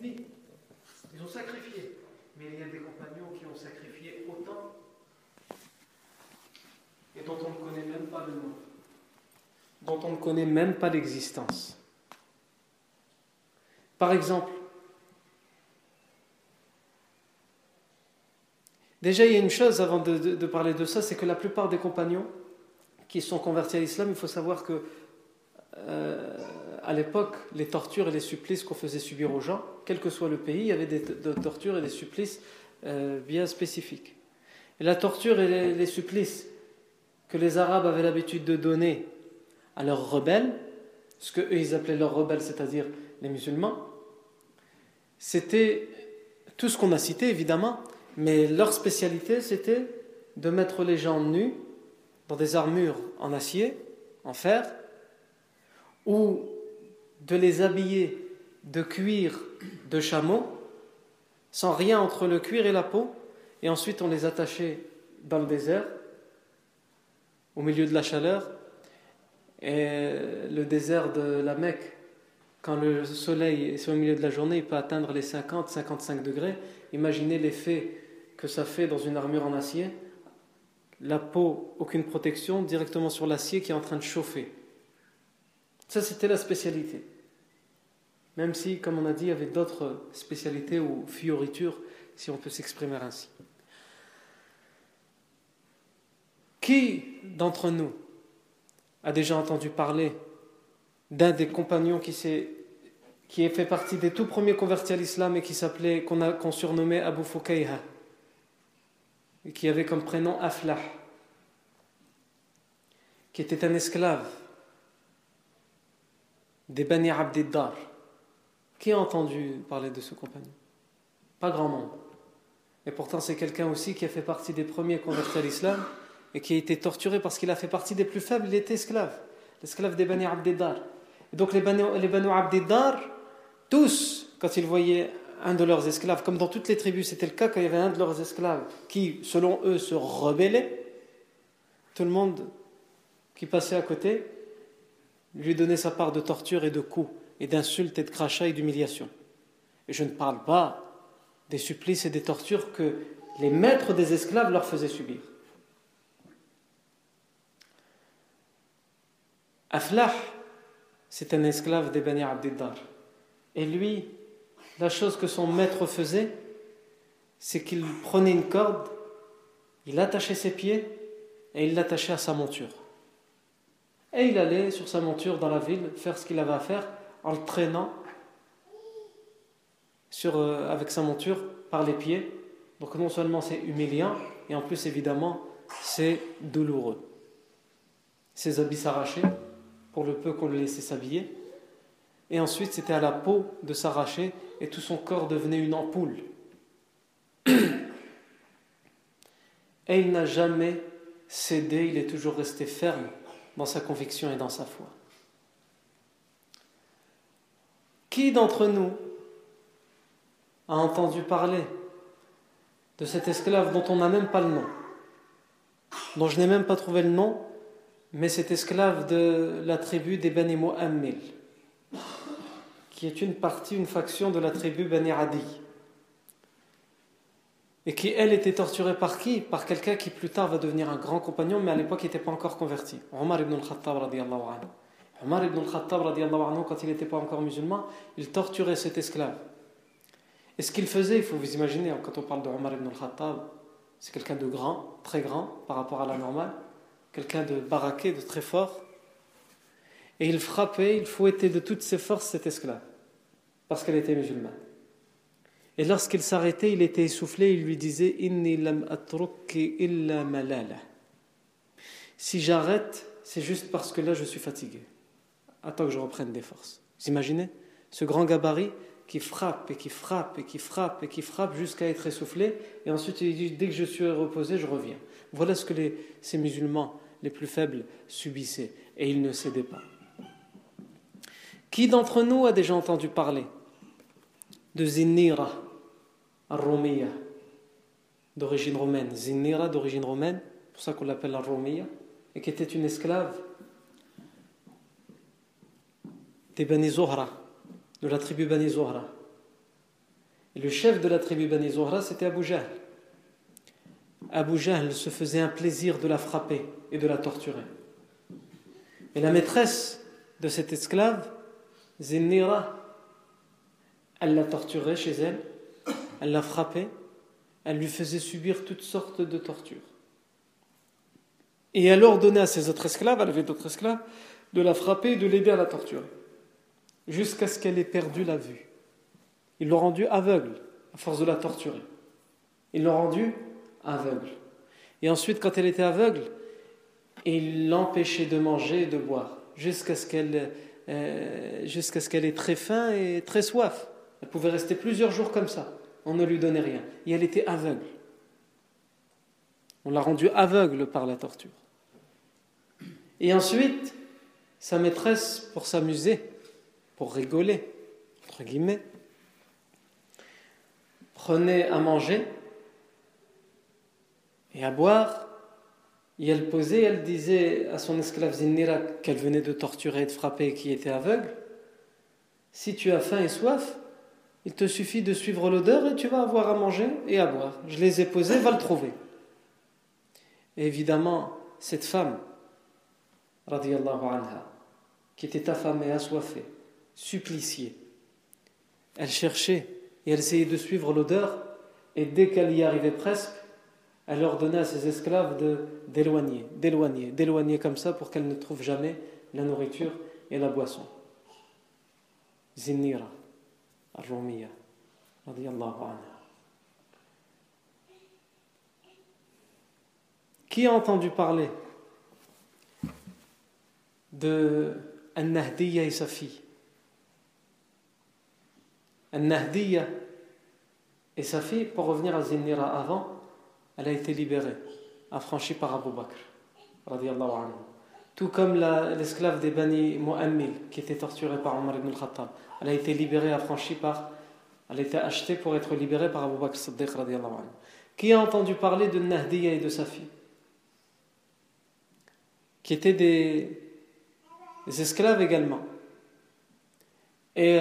vie. Ils ont sacrifié. Mais il y a des compagnons qui ont sacrifié autant et dont on ne connaît même pas le nom, dont on ne connaît même pas l'existence. Par exemple, déjà il y a une chose avant de parler de ça, c'est que la plupart des compagnons qui sont convertis à l'islam, il faut savoir que à l'époque, les tortures et les supplices qu'on faisait subir aux gens, quel que soit le pays, il y avait des tortures et des supplices bien spécifiques. Et la torture et les supplices que les Arabes avaient l'habitude de donner à leurs rebelles, ce qu'eux ils appelaient leurs rebelles, c'est-à-dire les musulmans, c'était tout ce qu'on a cité évidemment, mais leur spécialité c'était de mettre les gens nus dans des armures en acier, en fer, ou de les habiller de cuir de chameau, sans rien entre le cuir et la peau, et ensuite on les attachait dans le désert, au milieu de la chaleur, et le désert de la Mecque, quand le soleil est au milieu de la journée, il peut atteindre les 50-55 degrés. Imaginez l'effet que ça fait dans une armure en acier, la peau, aucune protection, directement sur l'acier qui est en train de chauffer. Ça, c'était la spécialité. Même si, comme on a dit, il y avait d'autres spécialités ou fioritures, si on peut s'exprimer ainsi. Qui d'entre nous a déjà entendu parler d'un des compagnons qui a fait partie des tout premiers convertis à l'islam et qu'on surnommait Abu Fukayha, et qui avait comme prénom Aflah, qui était un esclave des Bani Abdiddar. Qui a entendu parler de ce compagnon? Pas grand monde. Et pourtant c'est quelqu'un aussi qui a fait partie des premiers convertis à l'islam et qui a été torturé parce qu'il a fait partie des plus faibles. Il était esclave, l'esclave des Bani Abdiddar. Et donc les Bani Abdiddar, tous, quand ils voyaient un de leurs esclaves, comme dans toutes les tribus, c'était le cas quand il y avait un de leurs esclaves qui, selon eux, se rebellait, tout le monde qui passait à côté lui donnait sa part de torture et de coups, et d'insultes et de crachats et d'humiliations. Et je ne parle pas des supplices et des tortures que les maîtres des esclaves leur faisaient subir. Aflah, c'est un esclave des Bani Abdiddar. Et lui, la chose que son maître faisait, c'est qu'il prenait une corde, il attachait ses pieds et il l'attachait à sa monture. Et il allait sur sa monture dans la ville faire ce qu'il avait à faire en le traînant avec sa monture par les pieds. Donc non seulement c'est humiliant, et en plus évidemment c'est douloureux. Ses habits s'arrachaient, pour le peu qu'on le laissait s'habiller. Et ensuite c'était à la peau de s'arracher et tout son corps devenait une ampoule. Et il n'a jamais cédé, il est toujours resté ferme dans sa conviction et dans sa foi. Qui d'entre nous a entendu parler de cet esclave dont on n'a même pas le nom, dont je n'ai même pas trouvé le nom, mais cet esclave de la tribu des Bani Mu'ammil, qui est une faction de la tribu Bani Adi, et qui, elle, était torturée par qui? Par quelqu'un qui plus tard va devenir un grand compagnon, mais à l'époque n'était pas encore converti. Omar ibn al-Khattab radiyallahu anhu. Omar ibn al-Khattab radiyallahu anhu, quand il n'était pas encore musulman, il torturait cet esclave. Et ce qu'il faisait, il faut vous imaginer, quand on parle de Omar ibn al-Khattab, c'est quelqu'un de grand, très grand par rapport à la normale, quelqu'un de baraqué, de très fort. Et il frappait, il fouettait de toutes ses forces cette esclave, parce qu'elle était musulmane. Et lorsqu'il s'arrêtait, il était essoufflé, il lui disait « Inni lam atrukki illa malala » Si j'arrête, c'est juste parce que là je suis fatigué. Attends que je reprenne des forces. Vous imaginez ce grand gabarit qui frappe et qui frappe et qui frappe et qui frappe jusqu'à être essoufflé, et ensuite il dit « Dès que je suis reposé, je reviens ». Voilà ce que ces musulmans les plus faibles subissaient, et ils ne cédaient pas. Qui d'entre nous a déjà entendu parler de Zinnira al-Rumiya, d'origine romaine? Zinnira d'origine romaine, c'est pour ça qu'on l'appelle al-Rumiya, et qui était une esclave des Bani Zuhra, de la tribu Bani Zuhra. Et le chef de la tribu Bani Zuhra, c'était Abu Jahl. Abu Jahl se faisait un plaisir de la frapper et de la torturer. Et la maîtresse de cette esclave, Zinnira, elle la torturait chez elle, elle la frappait, elle lui faisait subir toutes sortes de tortures. Et elle ordonnait à ses autres esclaves, elle avait d'autres esclaves, de la frapper et de l'aider à la torturer, jusqu'à ce qu'elle ait perdu la vue. Ils l'ont rendue aveugle à force de la torturer. Ils l'ont rendue aveugle. Et ensuite, quand elle était aveugle, ils l'empêchaient de manger et de boire, jusqu'à ce qu'elle ait très faim et très soif. Elle pouvait rester plusieurs jours comme ça. On ne lui donnait rien. Et elle était aveugle. On l'a rendue aveugle par la torture. Et ensuite, sa maîtresse, pour s'amuser, pour rigoler, entre guillemets, prenait à manger et à boire, et elle posait, elle disait à son esclave Zinnira qu'elle venait de torturer et de frapper et qui était aveugle: si tu as faim et soif, il te suffit de suivre l'odeur et tu vas avoir à manger et à boire. Je les ai posés, va le trouver. Et évidemment, cette femme, radiyallahu anha, qui était affamée, assoiffée, suppliciée, elle cherchait et elle essayait de suivre l'odeur, et dès qu'elle y arrivait presque, elle ordonnait à ses esclaves d'éloigner comme ça pour qu'elle ne trouve jamais la nourriture et la boisson. Zinnira al-Rumiyya, radiyallahu anha. Qui a entendu parler de An-Nahdiyya et sa fille? An-Nahdiyya et sa fille, pour revenir à Zinnira avant, elle a été libérée, affranchie par Abu Bakr, radiyallahu anhu. Tout comme l'esclave des Bani Mu'ammil, qui était torturée par Omar ibn al-Khattab. Elle a été libérée, affranchie elle a été achetée pour être libérée par Abu Bakr Siddiq, radiyallahu anhu. Qui a entendu parler de Nahdiyya et de sa fille, qui étaient des esclaves également. Et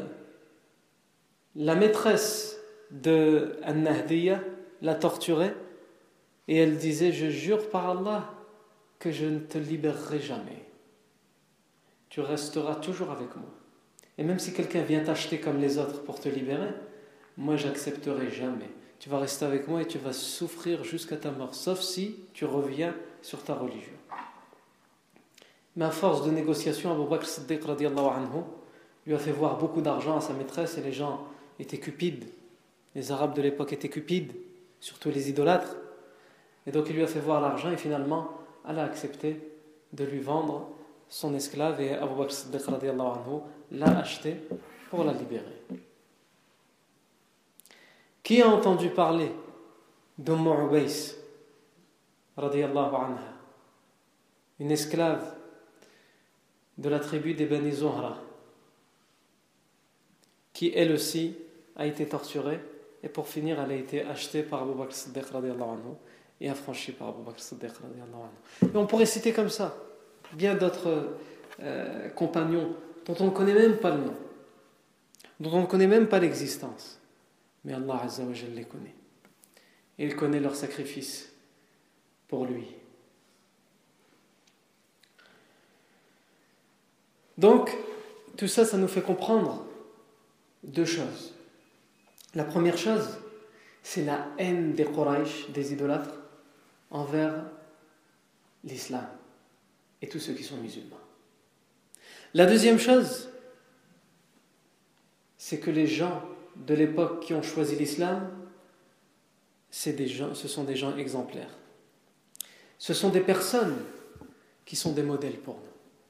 la maîtresse de An-Nahdiyya la torturait et elle disait: je jure par Allah que je ne te libérerai jamais. Tu resteras toujours avec moi. Et même si quelqu'un vient t'acheter comme les autres pour te libérer, moi j'accepterai jamais. Tu vas rester avec moi et tu vas souffrir jusqu'à ta mort, sauf si tu reviens sur ta religion. Mais à force de négociation, Abu Bakr Siddiq radiyallahu anhu lui a fait voir beaucoup d'argent à sa maîtresse, et les gens étaient cupides. Les Arabes de l'époque étaient cupides, surtout les idolâtres. Et donc il lui a fait voir l'argent, et finalement elle a accepté de lui vendre son esclave, et Abu Bakr Siddiq radiyallahu anhu l'a acheté pour la libérer. Qui a entendu parler d'Umm Ubays radiyallahu anha, une esclave de la tribu des Bani Zuhra, qui elle aussi a été torturée, et pour finir elle a été achetée par Abu Bakr Siddiq radiyallahu anhu et affranchie par Abu Bakr Siddiq radiyallahu anhu. Et on pourrait citer comme ça bien d'autres compagnons dont on ne connaît même pas le nom, dont on ne connaît même pas l'existence, mais Allah Azza wa Jalla les connaît, et il connaît leur sacrifice pour lui. Donc tout ça, ça nous fait comprendre deux choses. La première chose, c'est la haine des Quraysh, des idolâtres, envers l'islam et tous ceux qui sont musulmans. La deuxième chose, c'est que les gens de l'époque qui ont choisi l'islam, ce sont des gens exemplaires. Ce sont des personnes qui sont des modèles pour nous.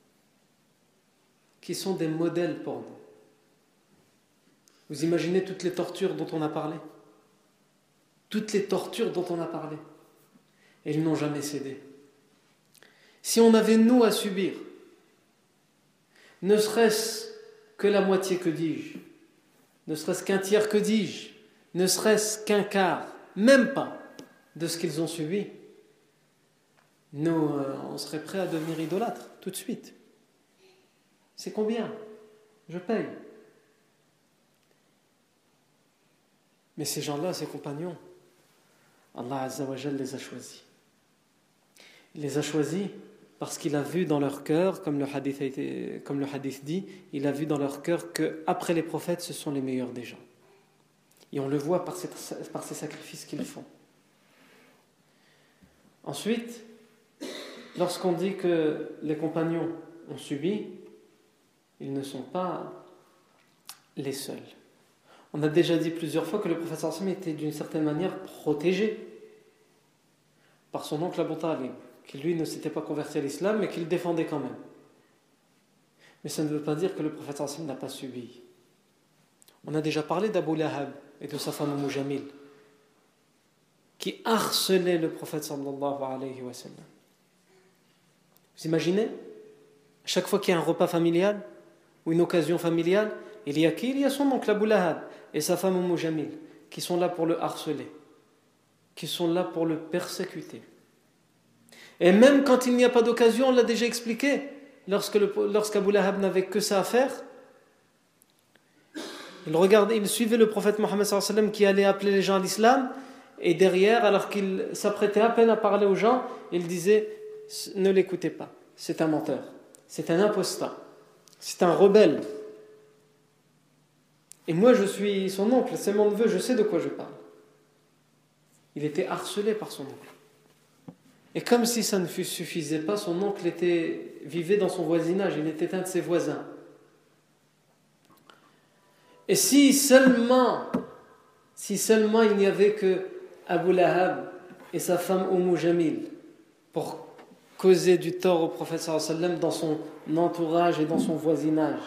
Qui sont des modèles pour nous. Vous imaginez toutes les tortures dont on a parlé? Toutes les tortures dont on a parlé. Et ils n'ont jamais cédé. Si on avait, nous, à subir, ne serait-ce que la moitié, que dis-je, ne serait-ce qu'un tiers, que dis-je, ne serait-ce qu'un quart, même pas, de ce qu'ils ont subi, nous, on serait prêts à devenir idolâtres, tout de suite. C'est combien? Je paye. Mais ces gens-là, ces compagnons, Allah Azza wa Jal les a choisis. Il les a choisis parce qu'il a vu dans leur cœur, comme le hadith dit, il a vu dans leur cœur qu'après les prophètes, ce sont les meilleurs des gens. Et on le voit par ces sacrifices qu'ils font. Ensuite, lorsqu'on dit que les compagnons ont subi, ils ne sont pas les seuls. On a déjà dit plusieurs fois que le prophète sallallahu alayhi wa sallam était d'une certaine manière protégé par son oncle Abu Talib, qui lui ne s'était pas converti à l'islam mais qu'il défendait quand même. Mais ça ne veut pas dire que le prophète sallallahu alayhi wa sallam n'a pas subi. On a déjà parlé d'Abu Lahab et de sa femme Umm Jamil qui harcelaient le prophète sallallahu alayhi wa sallam. Vous imaginez? Chaque fois qu'il y a un repas familial ou une occasion familiale, il y a qui? Il y a son oncle Abu Lahab et sa femme Umm Jamil qui sont là pour le harceler, qui sont là pour le persécuter. Et même quand il n'y a pas d'occasion, on l'a déjà expliqué, lorsqu'Abu Lahab n'avait que ça à faire, il suivait le prophète Mohammed sallallahu alayhi wa sallam qui allait appeler les gens à l'islam, et derrière, alors qu'il s'apprêtait à peine à parler aux gens, il disait « Ne l'écoutez pas, c'est un menteur, c'est un imposteur, c'est un rebelle. Et moi je suis son oncle, c'est mon neveu, je sais de quoi je parle. » Il était harcelé par son oncle. Et comme si ça ne suffisait pas, son oncle vivait dans son voisinage, il était un de ses voisins. Et si seulement il n'y avait que Abu Lahab et sa femme Umm Jamil pour causer du tort au prophète sallallahu alayhi wa sallam dans son entourage et dans son voisinage.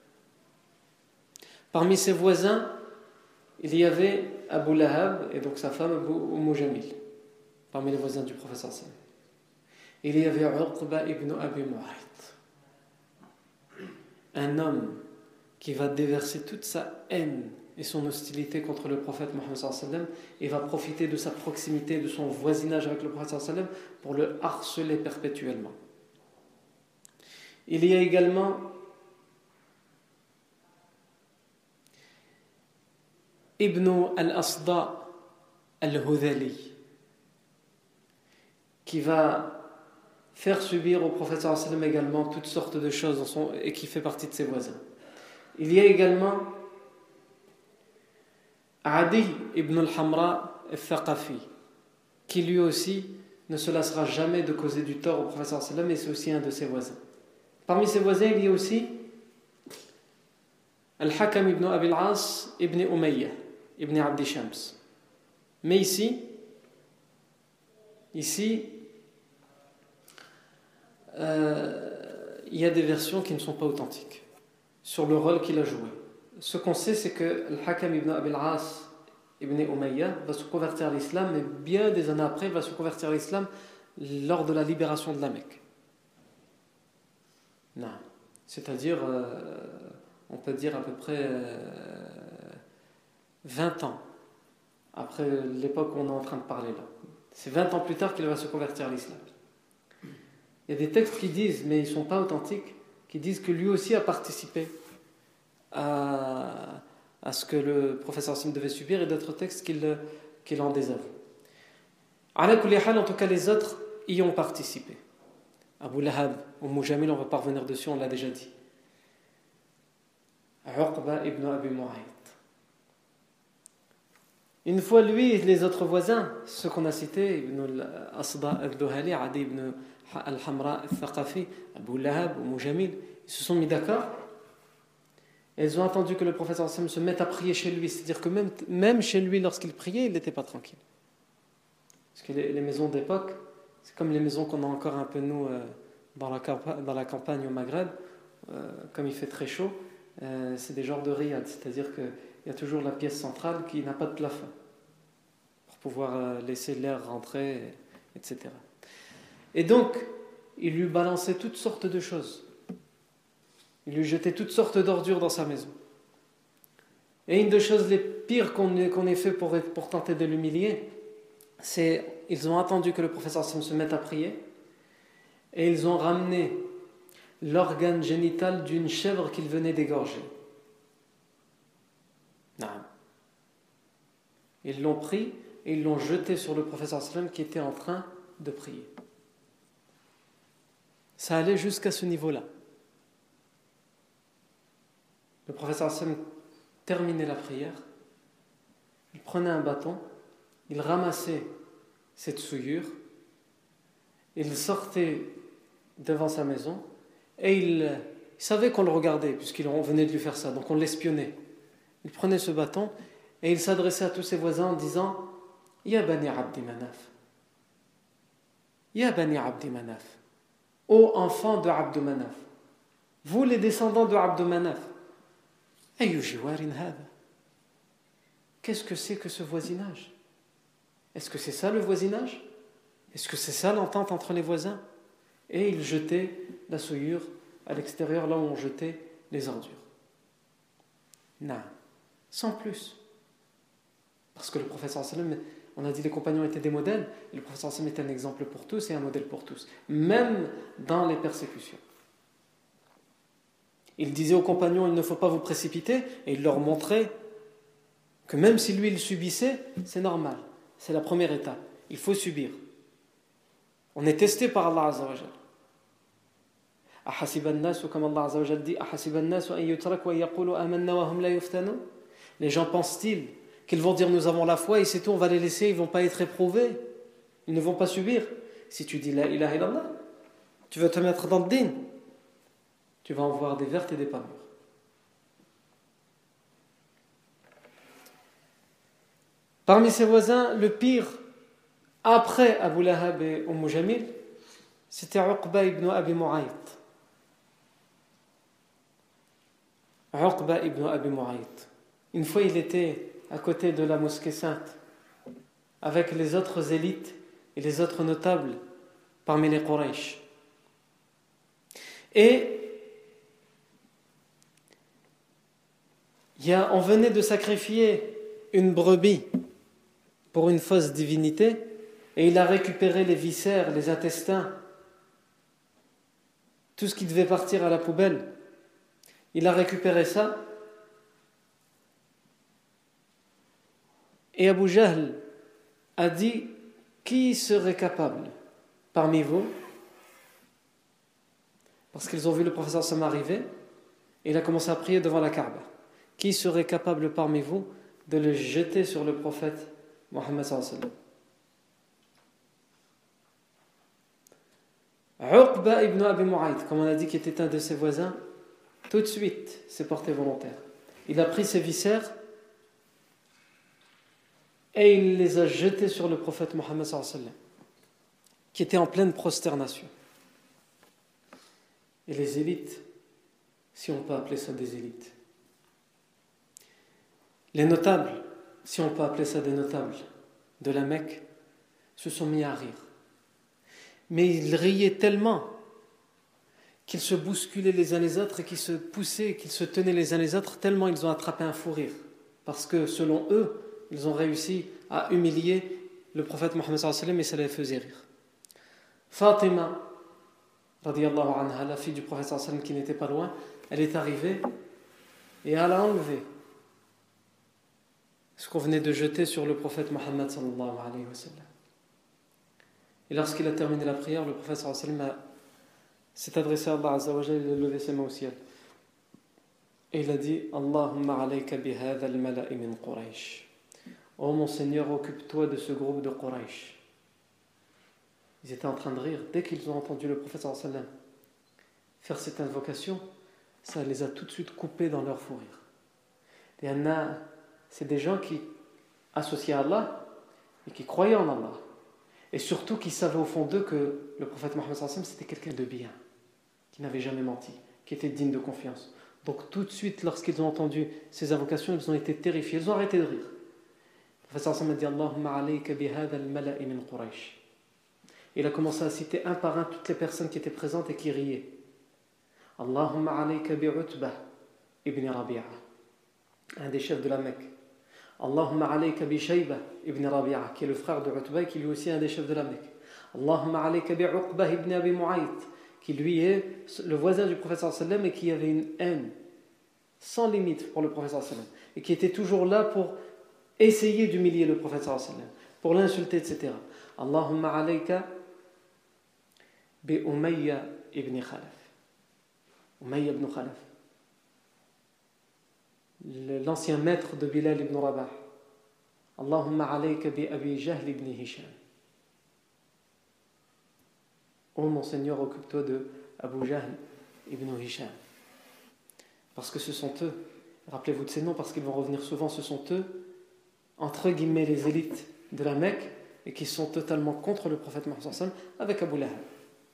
Parmi ses voisins, il y avait Abu Lahab et donc sa femme Umm Jamil, parmi les voisins du prophète sallallahu alayhi wa sallam. Il y avait Uqba ibn Abi Mu'ayt, un homme qui va déverser toute sa haine et son hostilité contre le prophète Mohammed sallallahu alayhi wa sallam et va profiter de sa proximité, de son voisinage avec le prophète sallallahu alayhi wa sallam pour le harceler perpétuellement. Il y a également Ibn al-Asda al-Hudhali qui va faire subir au prophète sallallahu alayhi wa sallam également toutes sortes de choses et qui fait partie de ses voisins. Il y a également Adi ibn al-Hamra al-Thaqafi qui lui aussi ne se lassera jamais de causer du tort au prophète sallallahu alayhi wa sallam et c'est aussi un de ses voisins. Parmi ses voisins, il y a aussi Al-Hakam ibn Abi al-As ibn Umayyah ibn Abdi Shams. Mais ici, il y a des versions qui ne sont pas authentiques sur le rôle qu'il a joué. Ce qu'on sait, c'est que Al-Hakam ibn Abi al-As ibn Umayyah va se convertir à l'islam, mais bien des années après, il va se convertir à l'islam lors de la libération de la Mecque. Non. C'est-à-dire, on peut dire à peu près 20 ans après l'époque où on est en train de parler là. C'est 20 ans plus tard qu'il va se convertir à l'islam. Il y a des textes qui disent, mais ils ne sont pas authentiques, qui disent que lui aussi a participé à ce que le professeur Sim devait subir et d'autres textes qu'il en désavoue. Ala kulli hal, en tout cas les autres y ont participé. Abu Lahab, Umm Jamil, on va pas revenir dessus, on l'a déjà dit. Uqba ibn Abi Mu'ayt. Une fois lui et les autres voisins, ceux qu'on a cités, Ibn al-Asda al-Duhali, Adi ibn al-Hamra al-Thaqafi, Abu Lahab, Umm Jamil, ils se sont mis d'accord. Et ils ont attendu que le prophète sallallahu alayhi wa sallam se mette à prier chez lui. C'est-à-dire que même chez lui, lorsqu'il priait, il n'était pas tranquille. Parce que les maisons d'époque, c'est comme les maisons qu'on a encore un peu nous dans la campagne au Maghreb, comme il fait très chaud, c'est des genres de riad, c'est-à-dire qu'il y a toujours la pièce centrale qui n'a pas de plafond pour pouvoir laisser l'air rentrer, etc. Et donc, il lui balançait toutes sortes de choses. Il lui jetait toutes sortes d'ordures dans sa maison. Et une des choses les pires qu'on ait fait pour tenter de l'humilier, c'est ils ont attendu que le professeur se mette à prier et ils ont ramené l'organe génital d'une chèvre qu'il venait d'égorger. Non. Ils l'ont pris et ils l'ont jeté sur le prophète sallam qui était en train de prier. Ça allait jusqu'à ce niveau-là. Le prophète sallam terminait la prière, il prenait un bâton, il ramassait cette souillure, il sortait devant sa maison et il savait qu'on le regardait puisqu'on venait de lui faire ça, donc on l'espionnait. Il prenait ce bâton et il s'adressait à tous ses voisins en disant « Ya bani Abdi Manaf, Ya bani Abdi Manaf, ô enfants de Abd Manaf, vous les descendants de Abd Manaf, ayu jiwarin hada » Qu'est-ce que c'est que ce voisinage? Est-ce que c'est ça le voisinage? Est-ce que c'est ça l'entente entre les voisins? Et il jetait la souillure à l'extérieur, là où on jetait les ordures. Non, sans plus. Parce que le prophète sallam, on a dit les compagnons étaient des modèles, et le prophète sallam était un exemple pour tous et un modèle pour tous, même dans les persécutions. Il disait aux compagnons, il ne faut pas vous précipiter, et il leur montrait que même si lui il subissait, c'est normal, c'est la première étape, il faut subir. On est testé par Allah Azza wa Jal. أحسب الناس comme Allah Azza wa Jal dit أحسب الناس أن يتركوا أن يقولوا آمنا وهم لا يفتنون. Les gens pensent-ils qu'ils vont dire nous avons la foi et c'est tout, on va les laisser, ils ne vont pas être éprouvés, ils ne vont pas subir. Si tu dis la ilaha illallah, tu vas te mettre dans le din, tu vas en voir des vertes et des pas mûres. Parmi ses voisins, le pire, après Abu Lahab et Jamil, c'était Uqba ibn Abi Mu'ayt. Uqba ibn Abi Mu'ayt. Une fois, il était à côté de la mosquée sainte, avec les autres élites et les autres notables parmi les Quraysh. Et on venait de sacrifier une brebis pour une fausse divinité, et il a récupéré les viscères, les intestins, tout ce qui devait partir à la poubelle. Il a récupéré ça. Et Abu Jahl a dit, qui serait capable parmi vous, parce qu'ils ont vu le professeur Sam arriver, et il a commencé à prier devant la Kaaba, qui serait capable parmi vous de le jeter sur le prophète Muhammad sallallahu alayhi wa sallam. Uqba ibn Abi Mu'ayt, comme on a dit, qui était un de ses voisins, tout de suite s'est porté volontaire. Il a pris ses viscères et il les a jetés sur le prophète Muhammad sallallahu alayhi wa sallam, qui était en pleine prosternation. Et les élites, si on peut appeler ça des élites, les notables, si on peut appeler ça des notables de la Mecque, se sont mis à rire. Mais ils riaient tellement qu'ils se bousculaient les uns les autres et qu'ils se poussaient, qu'ils se tenaient les uns les autres, tellement ils ont attrapé un fou rire. Parce que selon eux, ils ont réussi à humilier le prophète Mohammed sallallahu alayhi wa sallam et ça les faisait rire. Fatima, radiyallahu anha, la fille du prophète sallallahu alayhi wa sallam qui n'était pas loin, elle est arrivée et elle a enlevé ce qu'on venait de jeter sur le prophète Mohammed sallallahu alayhi wa sallam. Et lorsqu'il a terminé la prière, le prophète sallallahu alayhi wa sallam s'est adressé à Allah azza wa jalla, il a levé ses mains au ciel. Et il a dit Allahumma alayka bihadha al-mala'i min Quraysh. Oh mon Seigneur, occupe-toi de ce groupe de Quraysh. Ils étaient en train de rire. Dès qu'ils ont entendu le prophète sallallahu alayhi wa sallam faire cette invocation, ça les a tout de suite coupés dans leur fou rire. Et c'est des gens qui associaient à Allah et qui croyaient en Allah. Et surtout qui savaient au fond d'eux que le prophète Mohammed sallallahu alayhi wa sallam c'était quelqu'un de bien, qui n'avait jamais menti, qui était digne de confiance. Donc tout de suite, lorsqu'ils ont entendu ces invocations, ils ont été terrifiés, ils ont arrêté de rire. Le prophète sallallahu alayhi wa sallam a dit Allahumma alayka bihadha al-mala'i min Quraysh. Il a commencé à citer un par un toutes les personnes qui étaient présentes et qui riaient. Allahumma alayka bi Utbah ibn Rabi'a, un des chefs de la Mecque. Allahumma alayka bi Shayba ibn Rabi'a, qui est le frère de Utbah et qui lui aussi est un des chefs de la Mecque. Allahumma alayka bi Uqba ibn Abi Mu'ayt, qui lui est le voisin du prophète sallallahu alayhi wa sallam et qui avait une haine sans limite pour le prophète sallallahu alayhi wa sallam et qui était toujours là pour essayer d'humilier le prophète sallallahu alayhi wa sallam, pour l'insulter, etc. Allahumma alayka bi Umayya ibn Khalaf. Umayya ibn Khalaf. L'ancien maître de Bilal ibn Rabah. Allahumma alayka bi Abi Jahl ibn Hisham. Oh mon Seigneur, occupe-toi de Abu Jahl ibn Hisham. Parce que ce sont eux, rappelez-vous de ces noms parce qu'ils vont revenir souvent, ce sont eux, entre guillemets, les élites de la Mecque et qui sont totalement contre le prophète Mohammed sallallahu alayhi wa sallam avec Abu Lahab.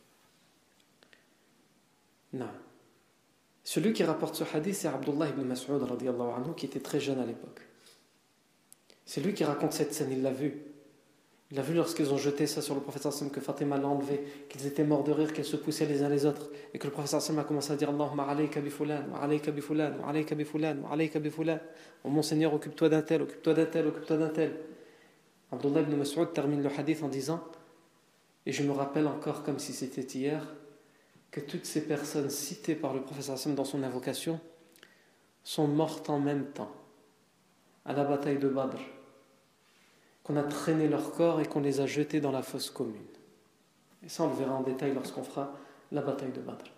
Non. Celui qui rapporte ce hadith, c'est Abdullah ibn Mas'ud radiyallahu anhu, qui était très jeune à l'époque. C'est lui qui raconte cette scène, il l'a vu. Il a vu lorsqu'ils ont jeté ça sur le prophète sallallahu alayhi wa sallam, que Fatima l'a enlevé, qu'ils étaient morts de rire, qu'ils se poussaient les uns les autres, et que le prophète sallallahu alayhi wa sallam a commencé à dire Allahumma alayka bi fulan, wa alayka bi fulan, wa alayka bi fulan, wa alayka bi fulan. Oh mon Seigneur, occupe-toi d'un tel, occupe-toi d'un tel, occupe-toi d'un tel. Abdullah ibn Mas'ud termine le hadith en disant, et je me rappelle encore comme si c'était hier, que toutes ces personnes citées par le prophète sallallahu alayhi wa sallam dans son invocation sont mortes en même temps, à la bataille de Badr. Qu'on a traîné leur corps et qu'on les a jetés dans la fosse commune. Et ça, on le verra en détail lorsqu'on fera la bataille de Badr.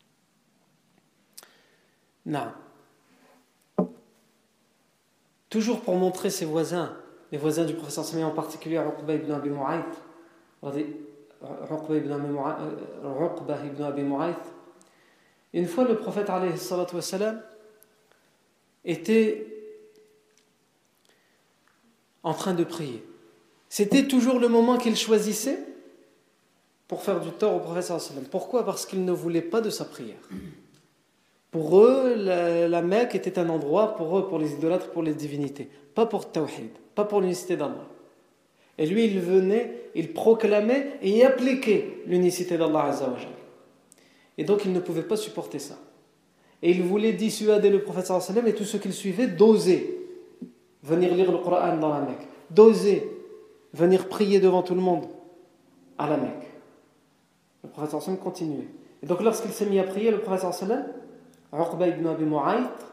Non. Toujours pour montrer ses voisins, les voisins du prophète sallallahu alayhi wa sallam, en particulier Uqba ibn Abi Mu'ayth. Une fois, le prophète alayhi salatu wa salam était en train de prier. C'était toujours le moment qu'il choisissait pour faire du tort au prophète sallallahu alayhi wa sallam. Pourquoi ? Parce qu'il ne voulait pas de sa prière. Pour eux, la Mecque était un endroit, pour eux, pour les idolâtres, pour les divinités. Pas pour Tawhid, pas pour l'unicité d'Allah. Et lui, il venait, il proclamait et il appliquait l'unicité d'Allah Azza wa Jal. Et donc, il ne pouvait pas supporter ça. Et il voulait dissuader le prophète sallallahu alayhi wa sallam et tous ceux qui le suivaient d'oser venir lire le Coran dans la Mecque, d'oser venir prier devant tout le monde à la Mecque. Le prophète sallallahu alayhi wa sallam continuait. Et donc lorsqu'il s'est mis à prier, le prophète sallallahu alayhi wa sallam, Uqba ibn Abi Mu'ayth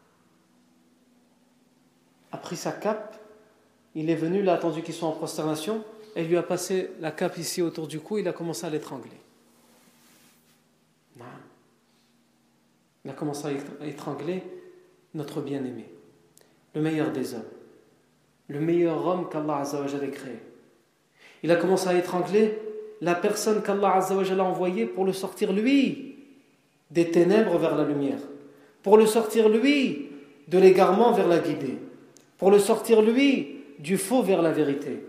a pris sa cape, il est venu, il a attendu qu'ils soient en prosternation, et il lui a passé la cape ici autour du cou, il a commencé à l'étrangler. Il a commencé à étrangler notre bien-aimé, le meilleur des hommes, le meilleur homme qu'Allah Azza wa Jalla ait créé. Il a commencé à étrangler la personne qu'Allah Azza wa Jalla a envoyée pour le sortir lui des ténèbres vers la lumière, pour le sortir lui de l'égarement vers la guidée, pour le sortir lui du faux vers la vérité.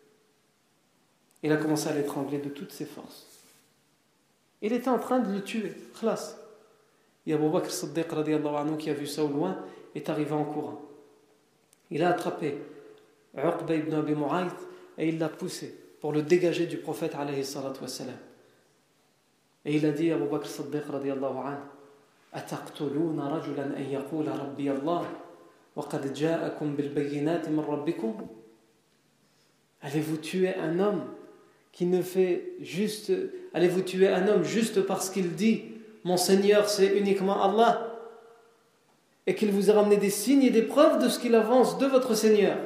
Il a commencé à l'étrangler de toutes ses forces. Il était en train de le tuer. Khlas. Et Abu Bakr Siddiq radiyallahu anhu, qui a vu ça au loin, est arrivé en courant. Il a attrapé Uqba ibn Abi Mu'ayth et il l'a poussé pour le dégager du prophète alayhi salatu wa salam. Et il a dit à Abu Bakr Siddiq radiyallahu anhu, Ataqtuluna rajulan an yaqula Rabbi Allah wa qad ja'akum bil bayyinati min rabbikum. Allez-vous tuer un homme qui ne fait juste, allez-vous tuer un homme juste parce qu'il dit mon Seigneur c'est uniquement Allah et qu'il vous a ramené des signes et des preuves de ce qu'il avance de votre Seigneur?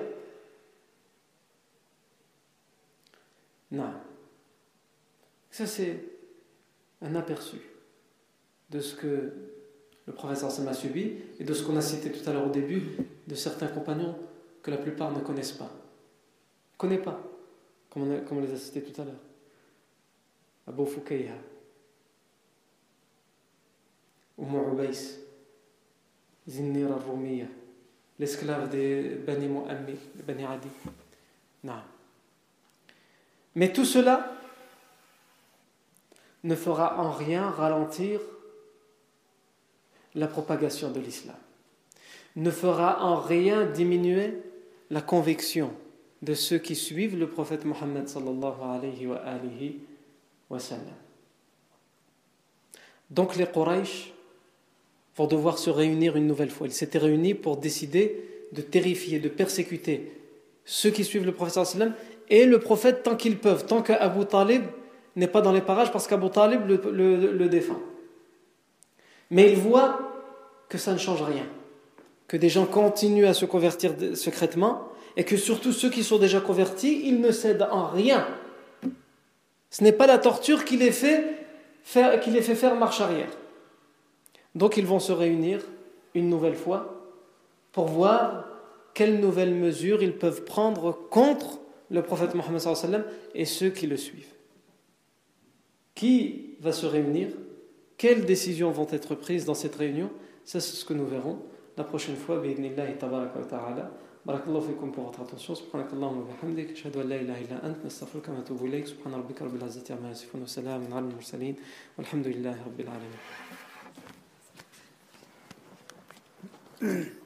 Non. Ça c'est un aperçu de ce que le prophète sallallahu alayhi wa sallam a subi et de ce qu'on a cité tout à l'heure au début de certains compagnons que la plupart ne connaissent pas. Ne connaissent pas, comme on les a cités tout à l'heure. Abu Fukayha, Ubays, Zinnir al-Rumiya, l'esclave des Bani Mu'ammi, des Bani Adi. Non. Mais tout cela ne fera en rien ralentir la propagation de l'islam, ne fera en rien diminuer la conviction de ceux qui suivent le prophète Mohammed sallallahu alayhi wa alihi wa sallam. Donc les Quraysh vont devoir se réunir une nouvelle fois. Ils s'étaient réunis pour décider de terrifier, de persécuter ceux qui suivent le prophète sallallahu alayhi wa sallam et le prophète tant qu'ils peuvent, tant qu'Abu Talib n'est pas dans les parages parce qu'Abu Talib le défend. Mais ils voient que ça ne change rien, que des gens continuent à se convertir secrètement et que surtout ceux qui sont déjà convertis, ils ne cèdent en rien. Ce n'est pas la torture qui les fait faire marche arrière. Donc ils vont se réunir une nouvelle fois pour voir quelles nouvelles mesures ils peuvent prendre contre le prophète Mohammed sallallahu alayhi wa sallam et ceux qui le suivent. Qui va se réunir? Quelles décisions vont être prises dans cette réunion? Ça, c'est ce que nous verrons la prochaine fois. Bi'idhnillahi tabaraka wa ta'ala. Barakallahu fikum pour votre attention. Subhanakallahumma wa bihamdik. Ashhadu an la ilaha illa ant. Nastaghfiruka wa natubu ilayk. Subhana rabbika rabbil izzati amma yasifun. Wa salamun ala al-mursalin. Walhamdulillahi rabbil alamin.